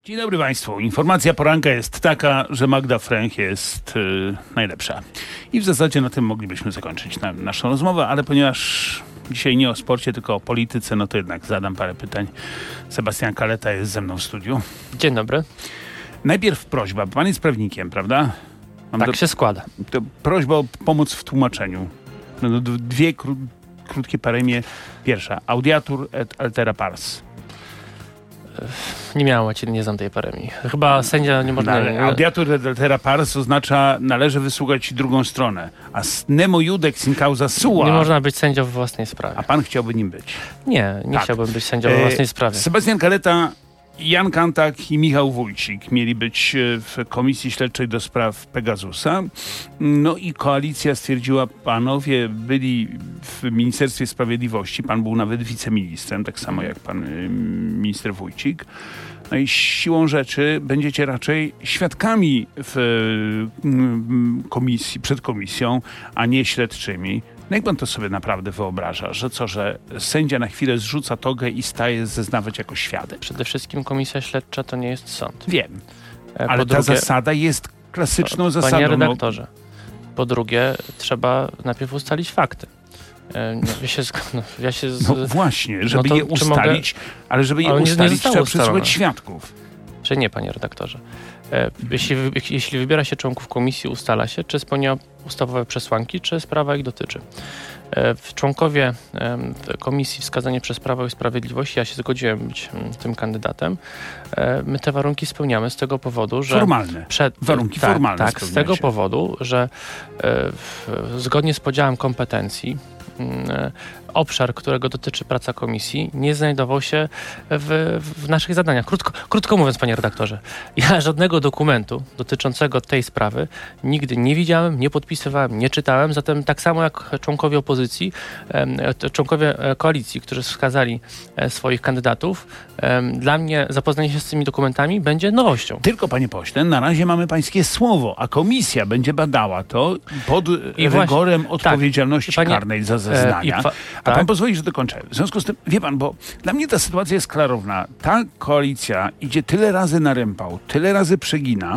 Dzień dobry Państwu. Informacja poranka jest taka, że Magda Fręch jest najlepsza. I w zasadzie na tym moglibyśmy zakończyć naszą rozmowę, ale ponieważ dzisiaj nie o sporcie, tylko o polityce, no to jednak zadam parę pytań. Sebastian Kaleta jest ze mną w studiu. Dzień dobry. Najpierw prośba, pan jest prawnikiem, prawda? Tak się składa. To prośba o pomoc w tłumaczeniu. No, dwie krótkie paremie. Pierwsza. Audiatur et altera pars. Nie miałem łacinie, nie znam tej paremii. Chyba sędzia nie można... Audiatur et altera pars oznacza należy wysłuchać drugą stronę. A nemo judex in causa sua... Nie można być sędzią w własnej sprawie. A pan chciałby nim być? Nie chciałbym być sędzią w własnej sprawie. Sebastian Kaleta, Jan Kantak i Michał Wójcik mieli być w Komisji Śledczej do spraw Pegasusa. No i koalicja stwierdziła, panowie byli w Ministerstwie Sprawiedliwości, pan był nawet wiceministrem, tak samo jak pan minister Wójcik. No i siłą rzeczy będziecie raczej świadkami w komisji, przed komisją, a nie śledczymi. No jak pan to sobie naprawdę wyobraża, że sędzia na chwilę zrzuca togę i staje zeznawać jako świadek? Przede wszystkim komisja śledcza to nie jest sąd. Wiem, ale ta zasada jest klasyczną zasadą. Panie redaktorze, po drugie trzeba najpierw ustalić fakty. No właśnie, żeby je ustalić, ale żeby je ustalić trzeba przesłuchać świadków. Czy nie, panie redaktorze? Jeśli wybiera się członków komisji, ustala się, czy spełnia ustawowe przesłanki, czy sprawa ich dotyczy. Członkowie komisji wskazani przez Prawo i Sprawiedliwość, ja się zgodziłem być tym kandydatem, my te warunki spełniamy z tego powodu, że... Formalne. Warunki formalne. Tak, z tego powodu, że zgodnie z podziałem kompetencji obszar, którego dotyczy praca komisji, nie znajdował się w naszych zadaniach. Krótko mówiąc, panie redaktorze, ja żadnego dokumentu dotyczącego tej sprawy nigdy nie widziałem, nie podpisywałem, nie czytałem, zatem tak samo jak członkowie opozycji, członkowie koalicji, którzy wskazali swoich kandydatów, dla mnie zapoznanie się z tymi dokumentami będzie nowością. Tylko, panie pośle, na razie mamy pańskie słowo, a komisja będzie badała to pod rygorem odpowiedzialności karnej za zeznania. A pan pozwoli, że dokończę. W związku z tym, wie pan, bo dla mnie ta sytuacja jest klarowna. Ta koalicja idzie tyle razy na rympał, tyle razy przegina,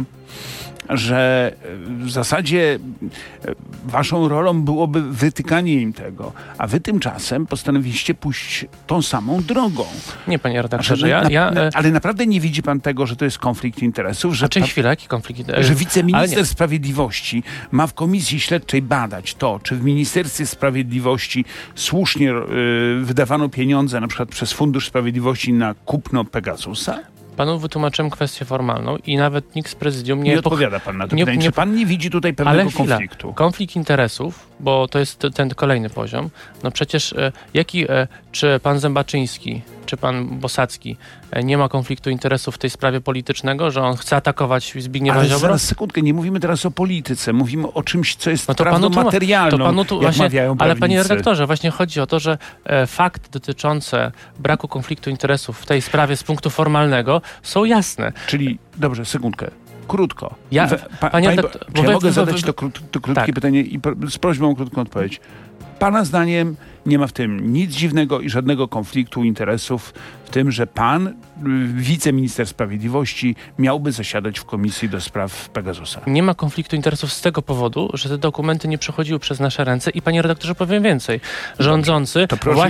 że w zasadzie waszą rolą byłoby wytykanie im tego, a wy tymczasem postanowiliście pójść tą samą drogą. Nie, panie redaktorze, ale naprawdę nie widzi pan tego, że to jest konflikt interesów? Że chwilę, jaki konflikt interesów? Że wiceminister Sprawiedliwości ma w Komisji Śledczej badać to, czy w Ministerstwie Sprawiedliwości słusznie wydawano pieniądze, na przykład przez Fundusz Sprawiedliwości na kupno Pegasusa? Panu wytłumaczyłem kwestię formalną i nawet nikt z prezydium nie odpowiada pan na to pytanie. Czy pan nie widzi tutaj pewnego konfliktu? Konflikt interesów, bo to jest ten kolejny poziom. No przecież czy pan Zębaczyński, czy pan Bosacki nie ma konfliktu interesów w tej sprawie politycznego, że on chce atakować Zbigniewa Ziobro? Ale zaraz sekundkę, nie mówimy teraz o polityce, mówimy o czymś, co jest prawdą materialną, jak mawiają prawnicy. Ale panie redaktorze, właśnie chodzi o to, że fakty dotyczące braku konfliktu interesów w tej sprawie z punktu formalnego są jasne. Czyli, dobrze, sekundkę. Krótko. Czy ja mogę zadać to krótkie pytanie i z prośbą o krótką odpowiedź. Pana zdaniem nie ma w tym nic dziwnego i żadnego konfliktu interesów w tym, że pan, wiceminister Sprawiedliwości, miałby zasiadać w Komisji do spraw Pegasusa. Nie ma konfliktu interesów z tego powodu, że te dokumenty nie przechodziły przez nasze ręce i panie redaktorze powiem więcej. Rządzący,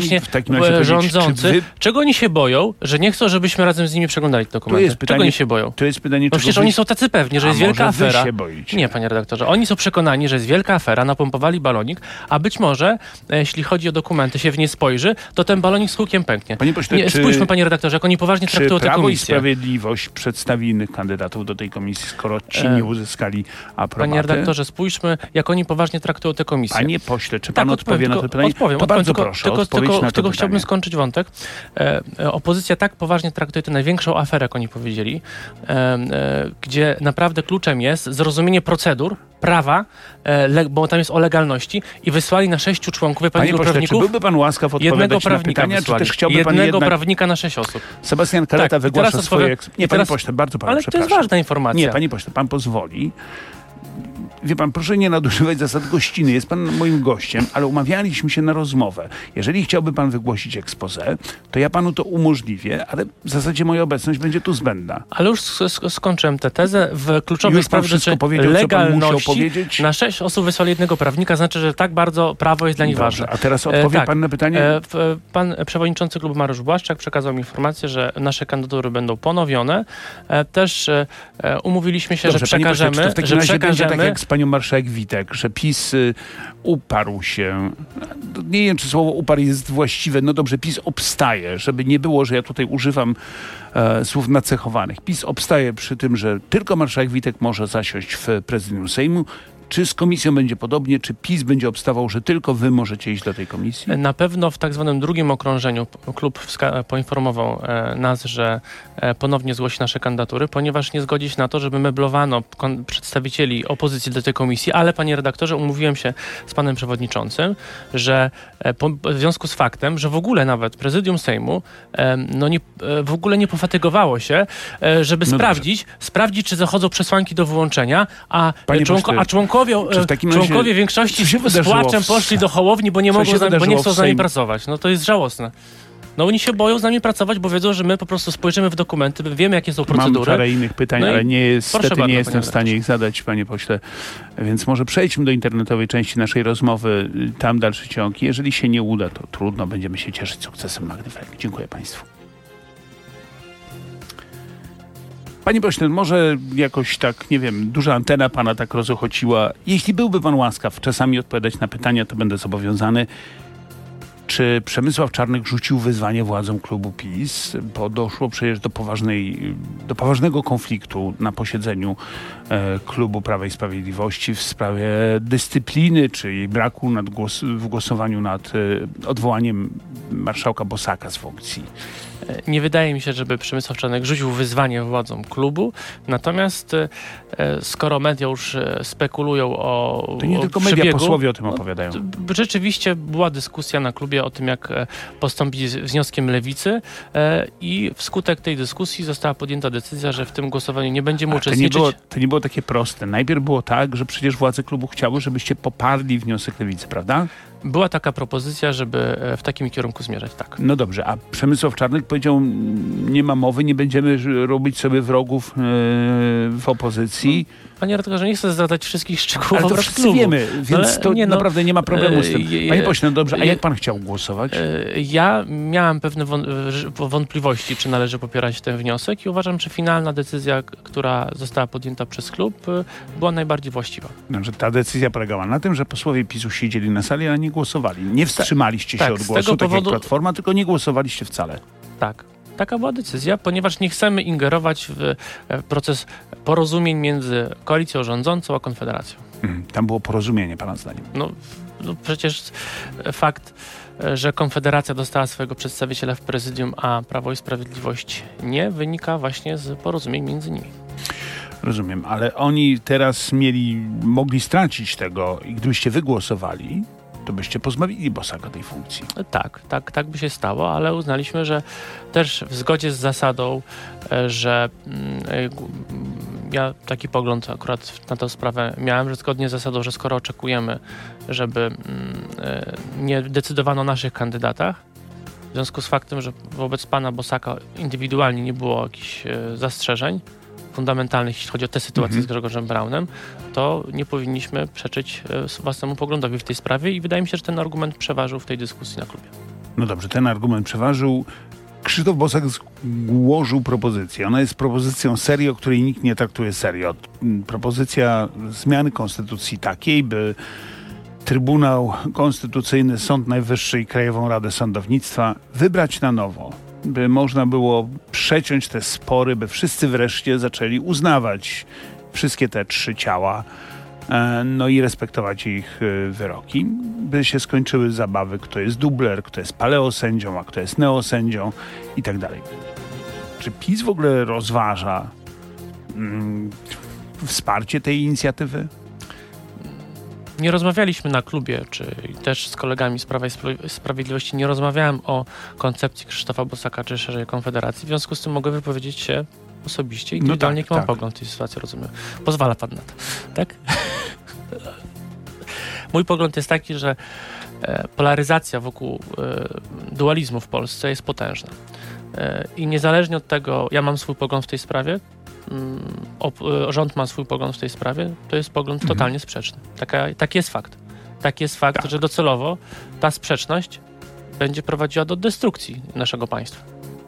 czego oni się boją, że nie chcą, żebyśmy razem z nimi przeglądali te dokumenty? Czego oni się boją? To jest pytanie, no przecież oni są tacy pewni, że jest wielka afera. Wy się boicie. Nie, panie redaktorze. Oni są przekonani, że jest wielka afera, napompowali balonik, a być może, jeśli chodzi o dokumenty, się w nie spojrzy, to ten balonik z hukiem pęknie. Panie pośle, spójrzmy, panie redaktorze, jak oni poważnie traktują tę komisję. Prawo i Sprawiedliwość przedstawi innych kandydatów do tej komisji, skoro ci nie uzyskali aprobaty? Panie redaktorze, spójrzmy, jak oni poważnie traktują tę komisję. Panie pośle, czy pan odpowie na to pytanie? Odpowiem. Bardzo proszę, tylko chciałbym skończyć wątek. Opozycja tak poważnie traktuje tę największą aferę, jak oni powiedzieli, gdzie naprawdę kluczem jest zrozumienie procedur, prawa, bo tam jest o legalności i wysłali na 6 członków, panie pośle, prawników, czy byłby pan łaskaw odpowiadać na pytania, czy też chciałby pan prawnika na 6 osób. Sebastian Kaleta wygłasza swoje... Nie, panie pośle, bardzo pan przepraszam. Ale to jest ważna informacja. Nie, panie pośle, pan pozwoli. wie pan, proszę nie nadużywać zasad gościny. Jest pan moim gościem, ale umawialiśmy się na rozmowę. Jeżeli chciałby pan wygłosić expose, to ja panu to umożliwię, ale w zasadzie moja obecność będzie tu zbędna. Ale już skończyłem tę tezę. W kluczowej sprawie legalności na 6 osób wysłali jednego prawnika, znaczy, że tak bardzo prawo jest dla nich ważne. A teraz odpowie pan na pytanie? Pan przewodniczący klubu Mariusz Błaszczak przekazał mi informację, że nasze kandydatury będą ponowione. Też umówiliśmy się, że przekażemy... Pośle, to w takim razie będzie tak jak z panią marszałek Witek, że PiS uparł się. Nie wiem, czy słowo uparł jest właściwe. No dobrze, PiS obstaje, żeby nie było, że ja tutaj używam słów nacechowanych. PiS obstaje przy tym, że tylko marszałek Witek może zasiąść w prezydium Sejmu. Czy z komisją będzie podobnie? Czy PiS będzie obstawał, że tylko wy możecie iść do tej komisji? Na pewno w tak zwanym drugim okrążeniu klub poinformował nas, że ponownie zgłosi nasze kandydatury, ponieważ nie zgodzi się na to, żeby meblowano przedstawicieli opozycji do tej komisji, ale panie redaktorze, umówiłem się z panem przewodniczącym, że w związku z faktem, że w ogóle nawet prezydium Sejmu w ogóle nie pofatygowało się, żeby sprawdzić, czy zachodzą przesłanki do wyłączenia, a członkowie większości z płaczem poszli do Hołowni, bo nie chcą z nami pracować. No to jest żałosne. No oni się boją z nami pracować, bo wiedzą, że my po prostu spojrzymy w dokumenty, wiemy, jakie są procedury. Mam parę innych pytań, ale niestety nie jestem w stanie ich zadać, panie pośle. Więc może przejdźmy do internetowej części naszej rozmowy. Tam dalszy ciąg. Jeżeli się nie uda, to trudno. Będziemy się cieszyć sukcesem Magdy Frek. Dziękuję państwu. Panie pośle, może jakoś tak, nie wiem, duża antena pana tak rozochociła. Jeśli byłby pan łaskaw czasami odpowiadać na pytania, to będę zobowiązany. Czy Przemysław Czarnek rzucił wyzwanie władzom klubu PiS? Bo doszło przecież do poważnego konfliktu na posiedzeniu klubu Prawa i Sprawiedliwości w sprawie dyscypliny, czy jej braku w głosowaniu nad odwołaniem marszałka Bosaka z funkcji. Nie wydaje mi się, żeby Przemysław Czarnek rzucił wyzwanie władzom klubu, natomiast skoro media już spekulują o to nie tylko media, posłowie o tym opowiadają. Rzeczywiście była dyskusja na klubie o tym, jak postąpić z wnioskiem Lewicy i wskutek tej dyskusji została podjęta decyzja, że w tym głosowaniu nie będziemy uczestniczyć. To nie było takie proste. Najpierw było tak, że przecież władze klubu chciały, żebyście poparli wniosek Lewicy, prawda? Była taka propozycja, żeby w takim kierunku zmierzać, tak. No dobrze, a Przemysław Czarnek powiedział, nie ma mowy, nie będziemy robić sobie wrogów w opozycji. Panie redaktorze, nie chcę zadać wszystkich szczegółów. Ale to wszyscy wiemy, więc naprawdę nie ma problemu z tym. Panie pośle, no dobrze, a jak pan chciał głosować? Ja miałem pewne wątpliwości, czy należy popierać ten wniosek i uważam, że finalna decyzja, która została podjęta przez klub, była najbardziej właściwa. Że ta decyzja polegała na tym, że posłowie PiS-u siedzieli na sali, ale nie głosowali. Nie wstrzymaliście się od głosu, tak jak Platforma, tylko nie głosowaliście wcale. Tak. Taka była decyzja, ponieważ nie chcemy ingerować w proces porozumień między koalicją rządzącą a Konfederacją. Tam było porozumienie, pana zdaniem. No przecież fakt, że Konfederacja dostała swojego przedstawiciela w prezydium, a Prawo i Sprawiedliwość nie, wynika właśnie z porozumień między nimi. Rozumiem, ale oni teraz mogli stracić tego i gdybyście wygłosowali, to byście pozbawili Bosaka tej funkcji. Tak by się stało, ale uznaliśmy, że też w zgodzie z zasadą, że ja taki pogląd akurat na tę sprawę miałem, że zgodnie z zasadą, że skoro oczekujemy, żeby nie decydowano o naszych kandydatach, w związku z faktem, że wobec pana Bosaka indywidualnie nie było jakichś zastrzeżeń fundamentalnych, jeśli chodzi o tę sytuację z Grzegorzem Braunem, to nie powinniśmy przeczyć własnemu poglądowi w tej sprawie i wydaje mi się, że ten argument przeważył w tej dyskusji na klubie. No dobrze, ten argument przeważył. Krzysztof Bosak złożył propozycję. Ona jest propozycją serio, której nikt nie traktuje serio. Propozycja zmiany konstytucji takiej, by Trybunał Konstytucyjny, Sąd Najwyższy i Krajową Radę Sądownictwa wybrać na nowo, by można było przeciąć te spory, by wszyscy wreszcie zaczęli uznawać wszystkie te 3 ciała, no i respektować ich wyroki, by się skończyły zabawy, kto jest dubler, kto jest paleosędzią, a kto jest neosędzią i tak dalej. Czy PiS w ogóle rozważa wsparcie tej inicjatywy? Nie rozmawialiśmy na klubie, czy też z kolegami z Prawa i Sprawiedliwości nie rozmawiałem o koncepcji Krzysztofa Bosaka, czy szerzej Konfederacji. W związku z tym mogę wypowiedzieć się osobiście i indywidualnie, jaki mam pogląd w tej sytuacji, rozumiem. Pozwala pan na to, tak? Mój pogląd jest taki, że polaryzacja wokół dualizmu w Polsce jest potężna. I niezależnie od tego, ja mam swój pogląd w tej sprawie, rząd ma swój pogląd w tej sprawie, to jest pogląd totalnie sprzeczny. Taki jest fakt. Taki jest fakt, że docelowo ta sprzeczność będzie prowadziła do destrukcji naszego państwa.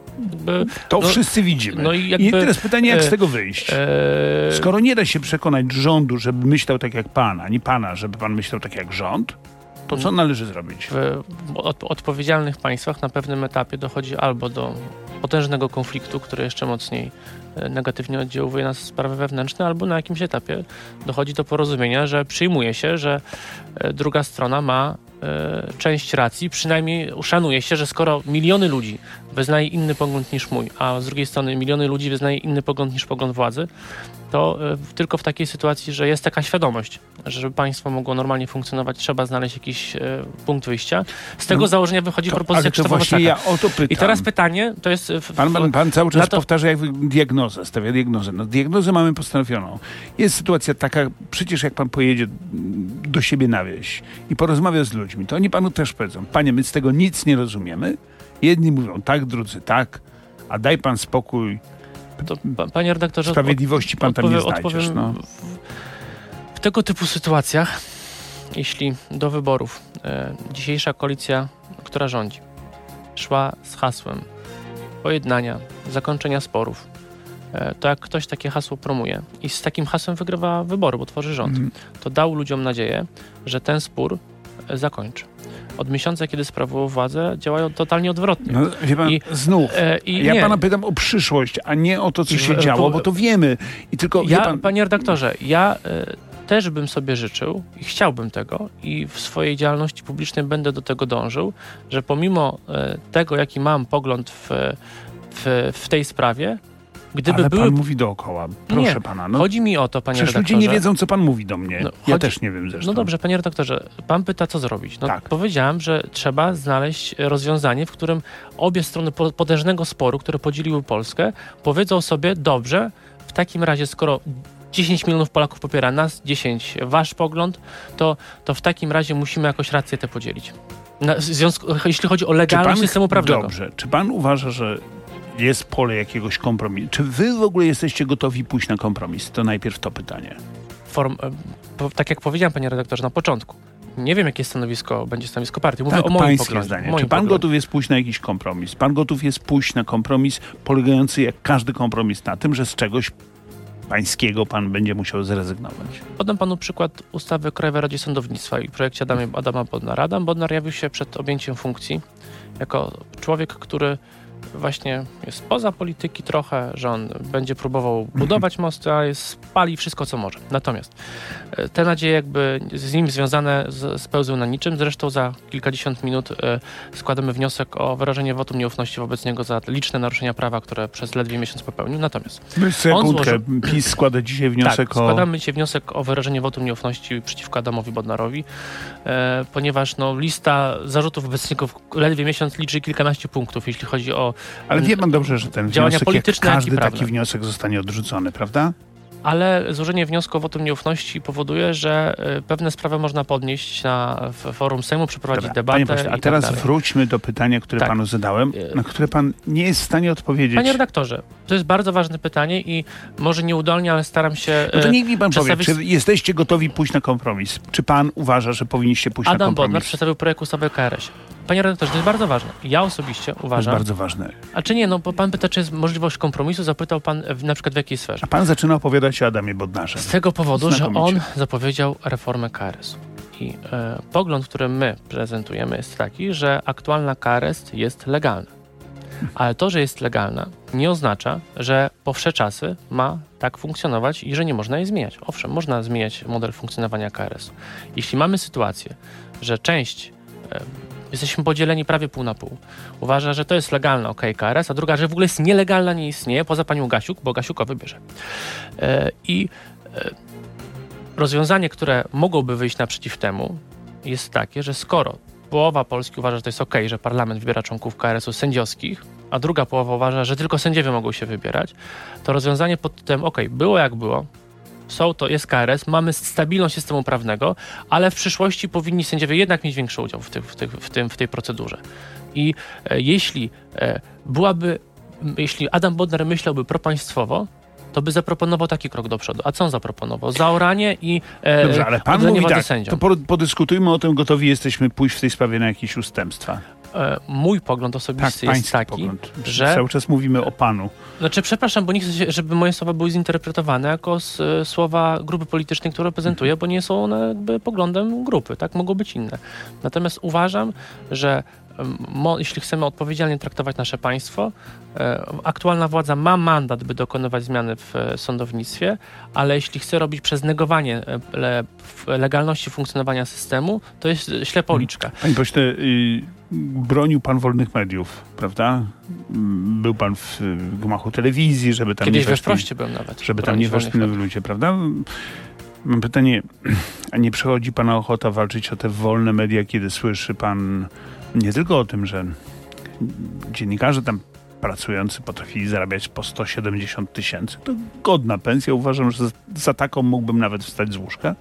To wszyscy widzimy. I teraz pytanie, jak z tego wyjść? Skoro nie da się przekonać rządu, żeby myślał tak jak pan, ani pana, żeby pan myślał tak jak rząd, to co należy zrobić? W odpowiedzialnych państwach na pewnym etapie dochodzi albo do potężnego konfliktu, który jeszcze mocniej negatywnie oddziałuje na sprawy wewnętrzne, albo na jakimś etapie dochodzi do porozumienia, że przyjmuje się, że druga strona ma część racji, przynajmniej uszanuje się, że skoro miliony ludzi wyznaje inny pogląd niż mój, a z drugiej strony miliony ludzi wyznaje inny pogląd niż pogląd władzy, to tylko w takiej sytuacji, że jest taka świadomość, że żeby państwo mogło normalnie funkcjonować, trzeba znaleźć jakiś punkt wyjścia. Z tego założenia wychodzi propozycja Krzysztofa Bosaka. Ja o to pytam. I teraz pytanie, to jest... Pan cały czas powtarza jak diagnozę, stawia diagnozę. Diagnozę mamy postanowioną. Jest sytuacja taka, przecież jak pan pojedzie do siebie na wieś i porozmawia z ludźmi, to oni panu też powiedzą, panie, my z tego nic nie rozumiemy. Jedni mówią tak, drudzy tak, a daj pan spokój. To, panie redaktorze, sprawiedliwości pan tam nie znajdziesz. W tego typu sytuacjach, jeśli do wyborów dzisiejsza koalicja, która rządzi, szła z hasłem pojednania, zakończenia sporów, to jak ktoś takie hasło promuje i z takim hasłem wygrywa wybory, bo tworzy rząd, to dał ludziom nadzieję, że ten spór zakończy. Od miesiąca, kiedy sprawują władzę, działają totalnie odwrotnie. No, wie pan, znów. Ja pana pytam o przyszłość, a nie o to, co się działo, bo to wiemy. I tylko, panie redaktorze, ja też bym sobie życzył i chciałbym tego i w swojej działalności publicznej będę do tego dążył, że pomimo tego, jaki mam pogląd w tej sprawie, ale pan mówi dookoła. Proszę pana. Chodzi mi o to, panie redaktorze. Ludzie nie wiedzą, co pan mówi do mnie. Ja też nie wiem zresztą. No dobrze, panie redaktorze, pan pyta, co zrobić. Powiedziałem, że trzeba znaleźć rozwiązanie, w którym obie strony potężnego sporu, które podzieliły Polskę, powiedzą sobie, dobrze, w takim razie, skoro 10 milionów Polaków popiera nas, 10 wasz pogląd, to w takim razie musimy jakoś rację tę podzielić. Jeśli chodzi o legalność systemu prawnego. Dobrze. Czy pan uważa, że jest pole jakiegoś kompromisu? Czy wy w ogóle jesteście gotowi pójść na kompromis? To najpierw to pytanie. Tak jak powiedziałem, panie redaktorze, na początku. Nie wiem, jakie będzie stanowisko partii. Mówię o moim poglądzie. Czy pan gotów jest pójść na jakiś kompromis? Pan gotów jest pójść na kompromis polegający, jak każdy kompromis, na tym, że z czegoś pańskiego pan będzie musiał zrezygnować? Podam panu przykład ustawy o Krajowej Radzie Sądownictwa i projekcie Adama Bodnara. Adam Bodnar jawił się przed objęciem funkcji jako człowiek, który właśnie jest poza polityki trochę, że on będzie próbował budować mosty, a spali wszystko, co może. Natomiast te nadzieje jakby z nim związane spełzły na niczym. Zresztą za kilkadziesiąt minut składamy wniosek o wyrażenie wotum nieufności wobec niego za liczne naruszenia prawa, które przez ledwie miesiąc popełnił. Natomiast PiS składa dzisiaj wniosek składamy dzisiaj wniosek o wyrażenie wotum nieufności przeciwko Adamowi Bodnarowi, ponieważ lista zarzutów wobec niego ledwie miesiąc liczy kilkanaście punktów, jeśli chodzi o ale wie pan dobrze, że ten wniosek, jak każdy taki wniosek zostanie odrzucony, prawda? Ale złożenie wniosku o wotum nieufności powoduje, że pewne sprawy można podnieść w forum Sejmu, przeprowadzić debatę. Panie pośle, a teraz wróćmy do pytania, które panu zadałem, na które pan nie jest w stanie odpowiedzieć. Panie redaktorze, to jest bardzo ważne pytanie i może nieudolnie, ale staram się to niech mi pan powie, czy jesteście gotowi pójść na kompromis? Czy pan uważa, że powinniście pójść na kompromis? Adam Bodnar przedstawił projekt ustawy o KRS-ie. Panie redaktorze, to jest bardzo ważne. Ja osobiście uważam... To jest bardzo ważne. A czy nie? Bo pan pyta, czy jest możliwość kompromisu. Zapytał pan na przykład w jakiej sferze. A pan zaczyna opowiadać o Adamie Bodnarze. Z tego powodu, że on zapowiedział reformę KRS-u. I pogląd, który my prezentujemy, jest taki, że aktualna KRS jest legalna. Ale to, że jest legalna, nie oznacza, że po wsze czasy ma tak funkcjonować i że nie można jej zmieniać. Owszem, można zmieniać model funkcjonowania KRS-u. Jeśli mamy sytuację, że część... Jesteśmy podzieleni prawie pół na pół. Uważa, że to jest legalna KRS, a druga, że w ogóle jest nielegalna, nie istnieje, poza panią Gasiuk, bo Gasiukowy bierze. Rozwiązanie, które mogłoby wyjść naprzeciw temu, jest takie, że skoro połowa Polski uważa, że to jest że parlament wybiera członków KRS-u sędziowskich, a druga połowa uważa, że tylko sędziowie mogą się wybierać, to rozwiązanie pod tytułem było jak było, jest KRS, mamy stabilność systemu prawnego, ale w przyszłości powinni sędziowie jednak mieć większy udział w tej procedurze. I jeśli Adam Bodnar myślałby propaństwowo, to by zaproponował taki krok do przodu. A co on zaproponował? Zaoranie i Dobrze, ale pan mówi tak, sędziom. To podyskutujmy o tym, gotowi jesteśmy pójść w tej sprawie na jakieś ustępstwa. Mój pogląd osobisty jest taki, że... Cały czas mówimy o panu. Znaczy, przepraszam, bo nie chcę, żeby moje słowa były zinterpretowane jako słowa grupy politycznej, którą reprezentuję, bo nie są one jakby poglądem grupy, tak? Mogą być inne. Natomiast uważam, że jeśli chcemy odpowiedzialnie traktować nasze państwo, aktualna władza ma mandat, by dokonywać zmiany w sądownictwie, ale jeśli chce robić przez negowanie legalności funkcjonowania systemu, to jest ślepa uliczka. Panie pośle, bronił pan wolnych mediów, prawda? Był pan w gmachu telewizji, żeby tam kiedyś we Wproście byłem nawet. Żeby tam nie weszli ludzie, prawda? Mam pytanie, a nie przychodzi pana ochota walczyć o te wolne media, kiedy słyszy pan nie tylko o tym, że dziennikarze tam pracujący potrafili zarabiać po 170 000. To godna pensja. Uważam, że za taką mógłbym nawet wstać z łóżka.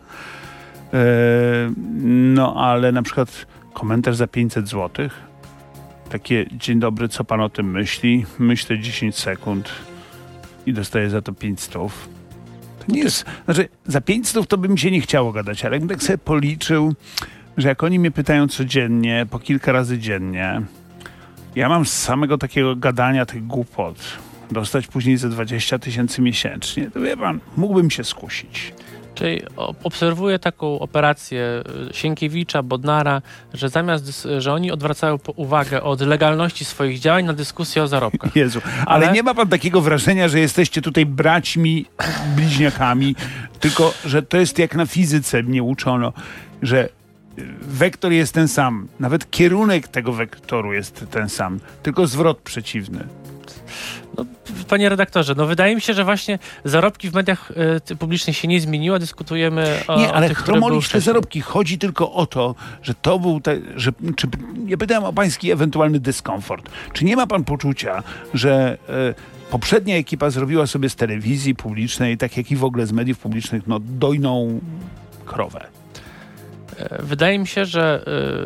No ale na przykład komentarz za 500 zł. Takie, dzień dobry, co pan o tym myśli? Myślę 10 sekund i dostaję za to 500. To nie jest... Znaczy, za 500 to by mi się nie chciało gadać, ale jakbym tak sobie policzył, że jak oni mnie pytają codziennie, po kilka razy dziennie, ja mam z samego takiego gadania tych głupot dostać później ze 20 000 miesięcznie, to wie pan, mógłbym się skusić. Czyli obserwuję taką operację Sienkiewicza, Bodnara, że że oni odwracają uwagę od legalności swoich działań na dyskusję o zarobkach. Jezu, ale nie ma pan takiego wrażenia, że jesteście tutaj braćmi, bliźniakami, tylko że to jest jak na fizyce mnie uczono, że wektor jest ten sam. Nawet kierunek tego wektoru jest ten sam, tylko zwrot przeciwny. No, panie redaktorze, wydaje mi się, że właśnie zarobki w mediach publicznych się nie zmieniły, dyskutujemy o nie, ale tych, chromolić te zarobki. Chodzi tylko o to, że to był... ja pytałem o pański ewentualny dyskomfort. Czy nie ma pan poczucia, że poprzednia ekipa zrobiła sobie z telewizji publicznej, tak jak i w ogóle z mediów publicznych, dojną krowę? Wydaje mi się, że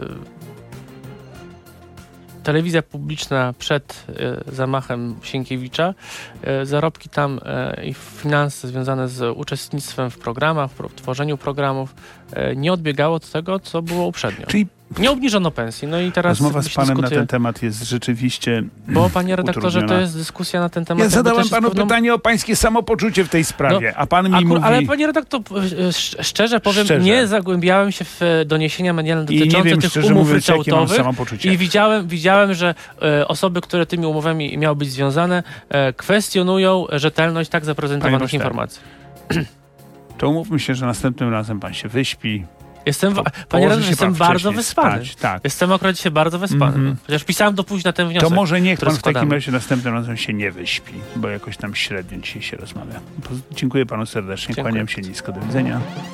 telewizja publiczna przed zamachem Sienkiewicza, zarobki tam i finanse związane z uczestnictwem w programach, w tworzeniu programów nie odbiegało od tego, co było uprzednio. Czyli nie obniżono pensji. No i teraz rozmowa z panem na ten temat jest rzeczywiście bo, panie redaktorze, to jest dyskusja na ten temat. Ja zadałem panu pytanie o pańskie samopoczucie w tej sprawie, a pan mi mówi... Ale panie redaktor, szczerze powiem, nie zagłębiałem się w doniesienia medialne dotyczące tych umów ryczałtowych i widziałem, że osoby, które tymi umowami miały być związane, kwestionują rzetelność tak zaprezentowanych informacji. To umówmy się, że następnym razem pan się wyśpi. Panie radny, jestem bardzo wyspany. Tak. Jestem akurat dzisiaj bardzo wyspany. Chociaż pisałem do późna ten wniosek. To może niech pan w takim razie następnym razem się nie wyśpi, bo jakoś tam średnio dzisiaj się rozmawia. Dziękuję panu serdecznie, kłaniam się nisko. Do widzenia.